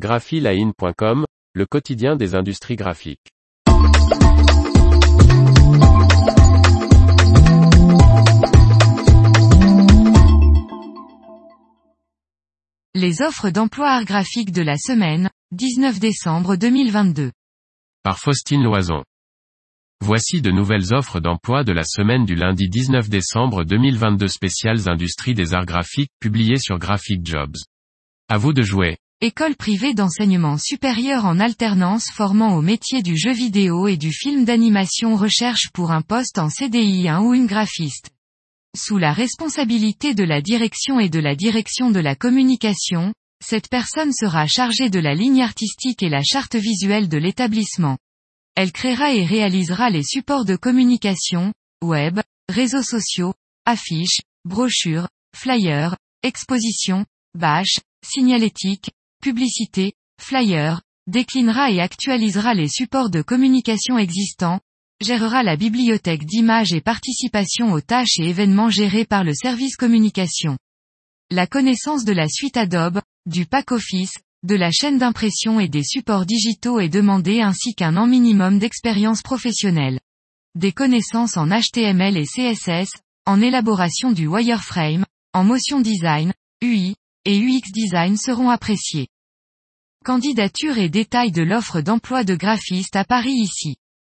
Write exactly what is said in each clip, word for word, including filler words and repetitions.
graphiline point com, le quotidien des industries graphiques. Les offres d'emploi art graphique de la semaine, dix-neuf décembre deux mille vingt-deux. Par Faustine Loison. Voici de nouvelles offres d'emploi de la semaine du lundi dix-neuf décembre deux mille vingt-deux spéciales industries des arts graphiques, publiées sur Graphic Jobs. À vous de jouer. École privée d'enseignement supérieur en alternance formant au métier du jeu vidéo et du film d'animation recherche pour un poste en C D I un ou une graphiste. Sous la responsabilité de la direction et de la direction de la communication, cette personne sera chargée de la ligne artistique et la charte visuelle de l'établissement. Elle créera et réalisera les supports de communication, web, réseaux sociaux, affiches, brochures, flyers, expositions, bâches, signalétique, publicité, flyers, déclinera et actualisera les supports de communication existants, gérera la bibliothèque d'images et participation aux tâches et événements gérés par le service communication. La connaissance de la suite Adobe, du pack Office, de la chaîne d'impression et des supports digitaux est demandée ainsi qu'un an minimum d'expérience professionnelle. Des connaissances en H T M L et C S S, en élaboration du wireframe, en motion design, U I, et U X design seront appréciées. Candidature et détails de l'offre d'emploi de graphiste à Paris ici.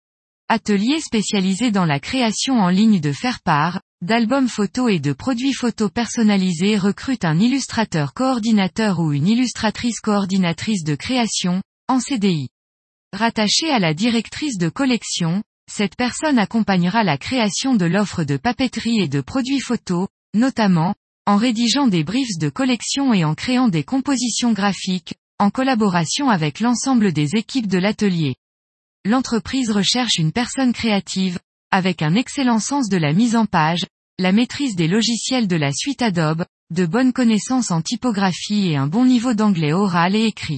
Atelier spécialisé dans la création en ligne de faire-part, d'albums photos et de produits photos personnalisés recrute un illustrateur coordinateur ou une illustratrice coordinatrice de création, en C D I. Rattachée à la directrice de collection, cette personne accompagnera la création de l'offre de papeterie et de produits photos, notamment, en rédigeant des briefs de collection et en créant des compositions graphiques, en collaboration avec l'ensemble des équipes de l'atelier. L'entreprise recherche une personne créative, avec un excellent sens de la mise en page, la maîtrise des logiciels de la suite Adobe, de bonnes connaissances en typographie et un bon niveau d'anglais oral et écrit.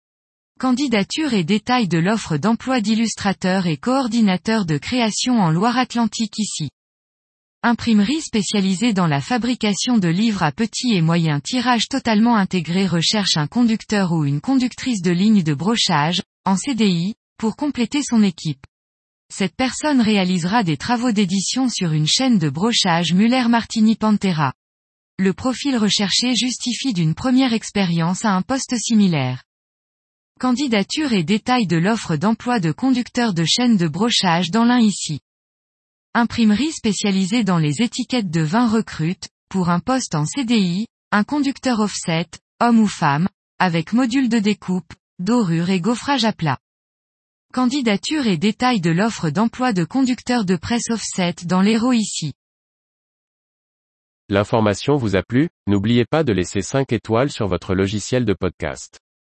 Candidature et détails de l'offre d'emploi d'illustrateur et coordinateur de création en Loire-Atlantique ici. Imprimerie spécialisée dans la fabrication de livres à petit et moyen tirage totalement intégré recherche un conducteur ou une conductrice de ligne de brochage, en C D I, pour compléter son équipe. Cette personne réalisera des travaux d'édition sur une chaîne de brochage Muller-Martini-Pantera. Le profil recherché justifie d'une première expérience à un poste similaire. Candidature et détails de l'offre d'emploi de conducteur de chaîne de brochage dans l'Ain ici. Imprimerie spécialisée dans les étiquettes de vin recrute, pour un poste en C D I, un conducteur offset, homme ou femme, avec module de découpe, dorure et gaufrage à plat. Candidature et détails de l'offre d'emploi de conducteur de presse offset dans l'Hérault ici. L'information vous a plu? N'oubliez pas de laisser cinq étoiles sur votre logiciel de podcast.